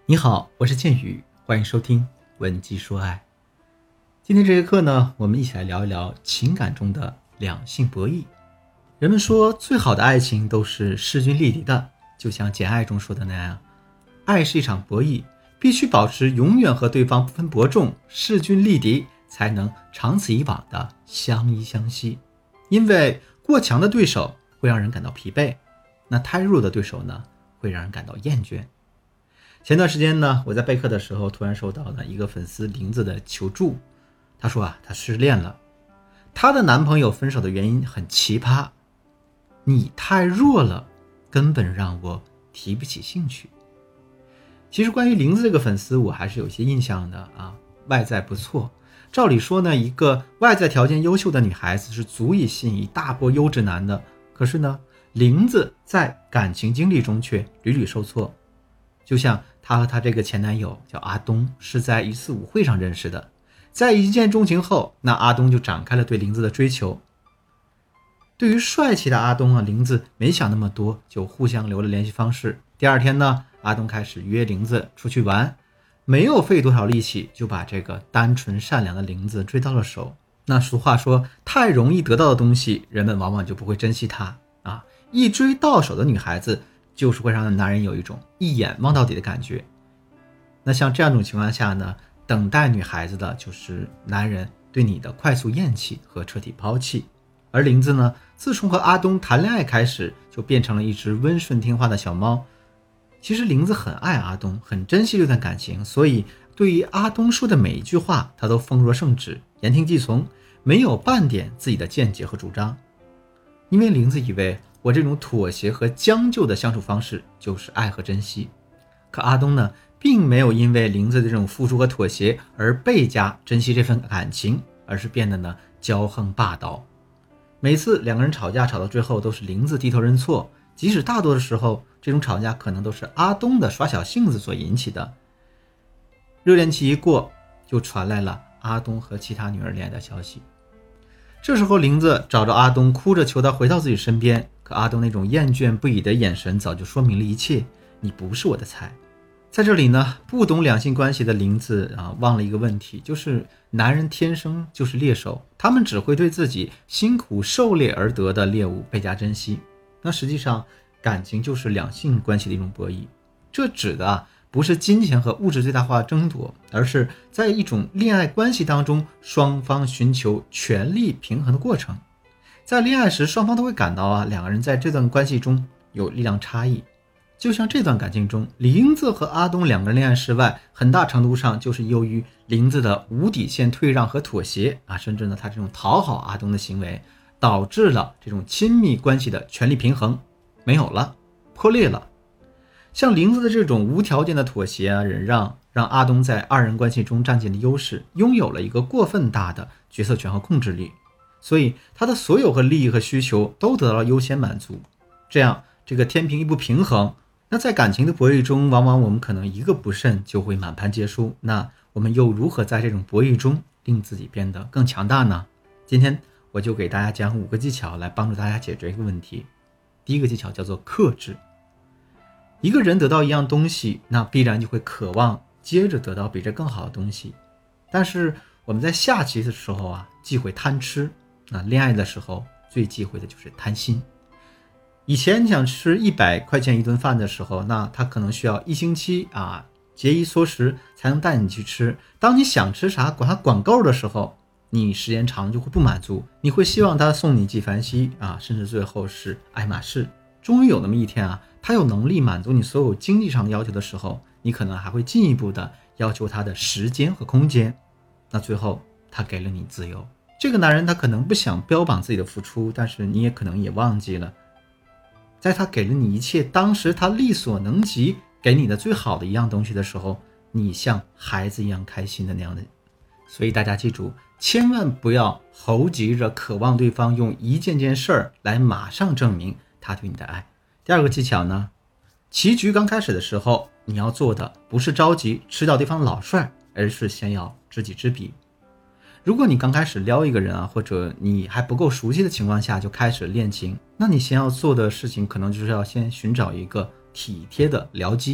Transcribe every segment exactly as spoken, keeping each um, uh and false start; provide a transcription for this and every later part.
你好，我是剑宇，欢迎收听文姬说爱。今天这节课呢，我们一起来聊一聊情感中的两性博弈。人们说最好的爱情都是势均力敌的，就像《简爱》中说的那样，爱是一场博弈，必须保持永远和对方不分伯仲，势均力敌，才能长此以往的相依相惜。因为过强的对手会让人感到疲惫，那太弱的对手呢，会让人感到厌倦。前段时间呢，我在备课的时候突然收到了一个粉丝玲子的求助。她说啊，她失恋了，她的男朋友分手的原因很奇葩，你太弱了，根本让我提不起兴趣。其实关于玲子这个粉丝，我还是有些印象的啊，外在不错。照理说呢，一个外在条件优秀的女孩子是足以吸引一大波优质男的，可是呢，玲子在感情经历中却屡屡受挫。就像她和她这个前男友叫阿东，是在一次舞会上认识的，在一见钟情后，那阿东就展开了对玲子的追求。对于帅气的阿东啊，玲子没想那么多，就互相留了联系方式。第二天呢，阿东开始约玲子出去玩，没有费多少力气就把这个单纯善良的玲子追到了手。那俗话说，太容易得到的东西，人们往往就不会珍惜它啊！一追到手的女孩子，就是会让男人有一种一眼望到底的感觉。那像这样一种情况下呢，等待女孩子的就是男人对你的快速厌弃和彻底抛弃。而玲子呢，自从和阿东谈恋爱开始，就变成了一只温顺听话的小猫。其实玲子很爱阿东，很珍惜这段感情，所以对于阿东说的每一句话，她都奉若圣旨，言听计从，没有半点自己的见解和主张。因为玲子以为我这种妥协和将就的相处方式就是爱和珍惜。可阿东呢，并没有因为玲子的这种付出和妥协而倍加珍惜这份感情，而是变得呢骄横霸道。每次两个人吵架吵到最后，都是玲子低头认错，即使大多的时候这种吵架可能都是阿东的耍小性子所引起的。热恋期一过，就传来了阿东和其他女人恋爱的消息。这时候玲子找着阿东，哭着求他回到自己身边，可阿东那种厌倦不已的眼神早就说明了一切，你不是我的菜。在这里呢，不懂两性关系的玲子啊，忘了一个问题，就是男人天生就是猎手，他们只会对自己辛苦狩猎而得的猎物倍加珍惜。那实际上感情就是两性关系的一种博弈，这指的啊不是金钱和物质最大化争夺，而是在一种恋爱关系当中，双方寻求权力平衡的过程。在恋爱时，双方都会感到啊，两个人在这段关系中有力量差异。就像这段感情中，玲子和阿东两个人恋爱失败，很大程度上就是由于玲子的无底线退让和妥协啊，甚至呢，他这种讨好阿东的行为，导致了这种亲密关系的权力平衡没有了，破裂了。像玲子的这种无条件的妥协啊、忍让，让阿东在二人关系中占尽了优势，拥有了一个过分大的决策权和控制力，所以他的所有和利益和需求都得到了优先满足。这样这个天平一不平衡，那在感情的博弈中，往往我们可能一个不慎就会满盘皆输。那我们又如何在这种博弈中令自己变得更强大呢？今天我就给大家讲五个技巧来帮助大家解决一个问题。第一个技巧叫做克制。一个人得到一样东西，那必然就会渴望接着得到比这更好的东西。但是我们在下棋的时候啊，忌讳贪吃，那恋爱的时候最忌讳的就是贪心。以前你想吃一百块钱一顿饭的时候，那他可能需要一星期啊，节衣缩食才能带你去吃。当你想吃啥管他管够的时候，你时间长就会不满足，你会希望他送你纪梵希啊，甚至最后是爱马仕。终于有那么一天啊，他有能力满足你所有经济上的要求的时候，你可能还会进一步的要求他的时间和空间。那最后他给了你自由。这个男人他可能不想标榜自己的付出，但是你也可能也忘记了，在他给了你一切当时他力所能及给你的最好的一样东西的时候，你像孩子一样开心的那样的。所以大家记住，千万不要猴急着渴望对方用一件件事儿来马上证明他对你的爱。第二个技巧呢，棋局刚开始的时候，你要做的不是着急吃掉对方老帅，而是先要知己知彼。如果你刚开始撩一个人啊，或者你还不够熟悉的情况下就开始恋情，那你先要做的事情可能就是要先寻找一个体贴的僚机，也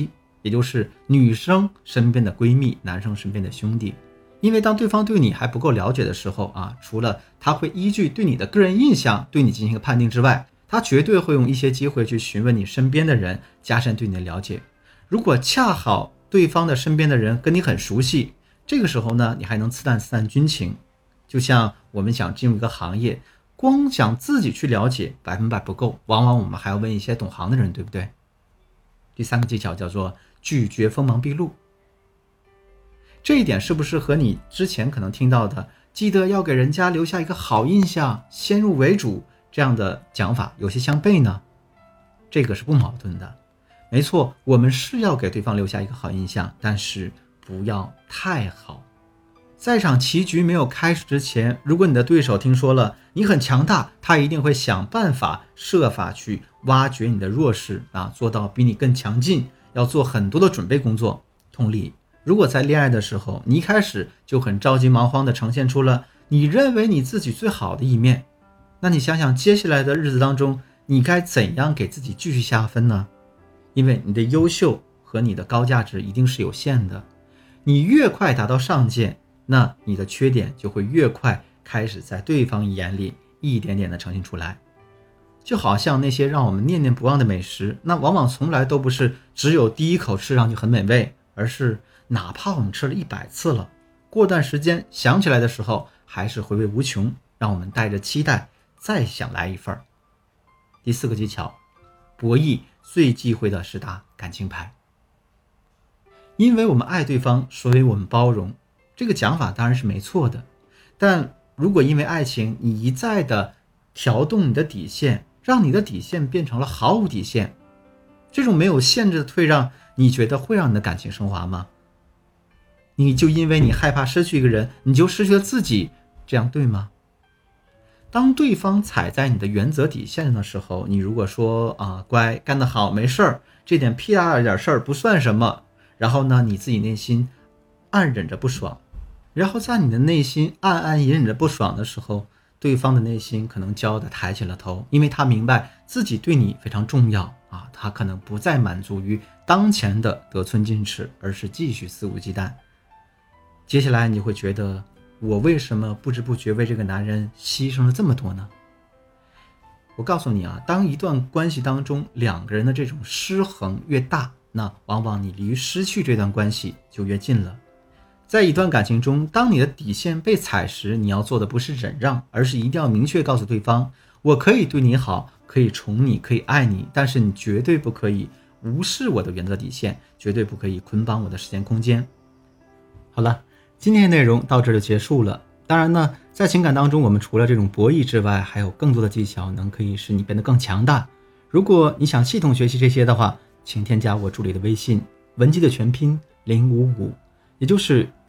也就是女生身边的闺蜜，男生身边的兄弟。因为当对方对你还不够了解的时候啊，除了他会依据对你的个人印象对你进行一个判定之外，他绝对会用一些机会去询问你身边的人，加深对你的了解。如果恰好对方的身边的人跟你很熟悉，这个时候呢，你还能刺探刺探军情。就像我们想进入一个行业，光想自己去了解百分百不够，往往我们还要问一些懂行的人，对不对？第三个技巧叫做拒绝锋芒毕露。这一点是不是和你之前可能听到的记得要给人家留下一个好印象，先入为主这样的讲法有些相悖呢？这个是不矛盾的。没错，我们是要给对方留下一个好印象，但是不要太好。在一场棋局没有开始之前，如果你的对手听说了你很强大，他一定会想办法设法去挖掘你的弱势啊，做到比你更强劲，要做很多的准备工作。同理，如果在恋爱的时候，你一开始就很着急忙慌地呈现出了你认为你自己最好的一面，那你想想接下来的日子当中，你该怎样给自己继续下分呢？因为你的优秀和你的高价值一定是有限的，你越快达到上限，那你的缺点就会越快开始在对方眼里一点点的呈现出来。就好像那些让我们念念不忘的美食，那往往从来都不是只有第一口吃让你很美味，而是哪怕我们吃了一百次了，过段时间想起来的时候还是回味无穷，让我们带着期待再想来一份。第四个技巧，博弈最忌讳的是打感情牌。因为我们爱对方，所以我们包容，这个讲法当然是没错的，但如果因为爱情你一再的调动你的底线，让你的底线变成了毫无底线，这种没有限制的退让，你觉得会让你的感情升华吗？你就因为你害怕失去一个人，你就失去了自己，这样对吗？当对方踩在你的原则底线的时候，你如果说啊，乖，干得好，没事儿，这点屁大的点事儿不算什么，然后呢，你自己内心暗忍着不爽，然后在你的内心暗暗隐忍着不爽的时候，对方的内心可能骄傲地抬起了头，因为他明白自己对你非常重要啊，他可能不再满足于当前的得寸进尺，而是继续肆无忌惮。接下来你会觉得，我为什么不知不觉为这个男人牺牲了这么多呢？我告诉你啊，当一段关系当中两个人的这种失衡越大，那往往你离失去这段关系就越近了。在一段感情中，当你的底线被踩时，你要做的不是忍让，而是一定要明确告诉对方，我可以对你好，可以宠你，可以爱你，但是你绝对不可以无视我的原则底线，绝对不可以捆绑我的时间空间。好了，今天的内容到这就结束了。当然呢，在情感当中，我们除了这种博弈之外，还有更多的技巧能可以使你变得更强大。如果你想系统学习这些的话，请添加我助理的微信，文姬的全拼零五五，也就是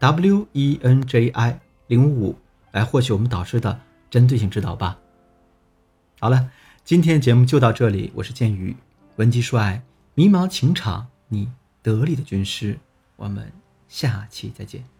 W E N J I 零五五，来获取我们导师的针对性指导吧。好了，今天节目就到这里，我是建宇，文姬说爱，迷茫情场你得力的军师，我们下期再见。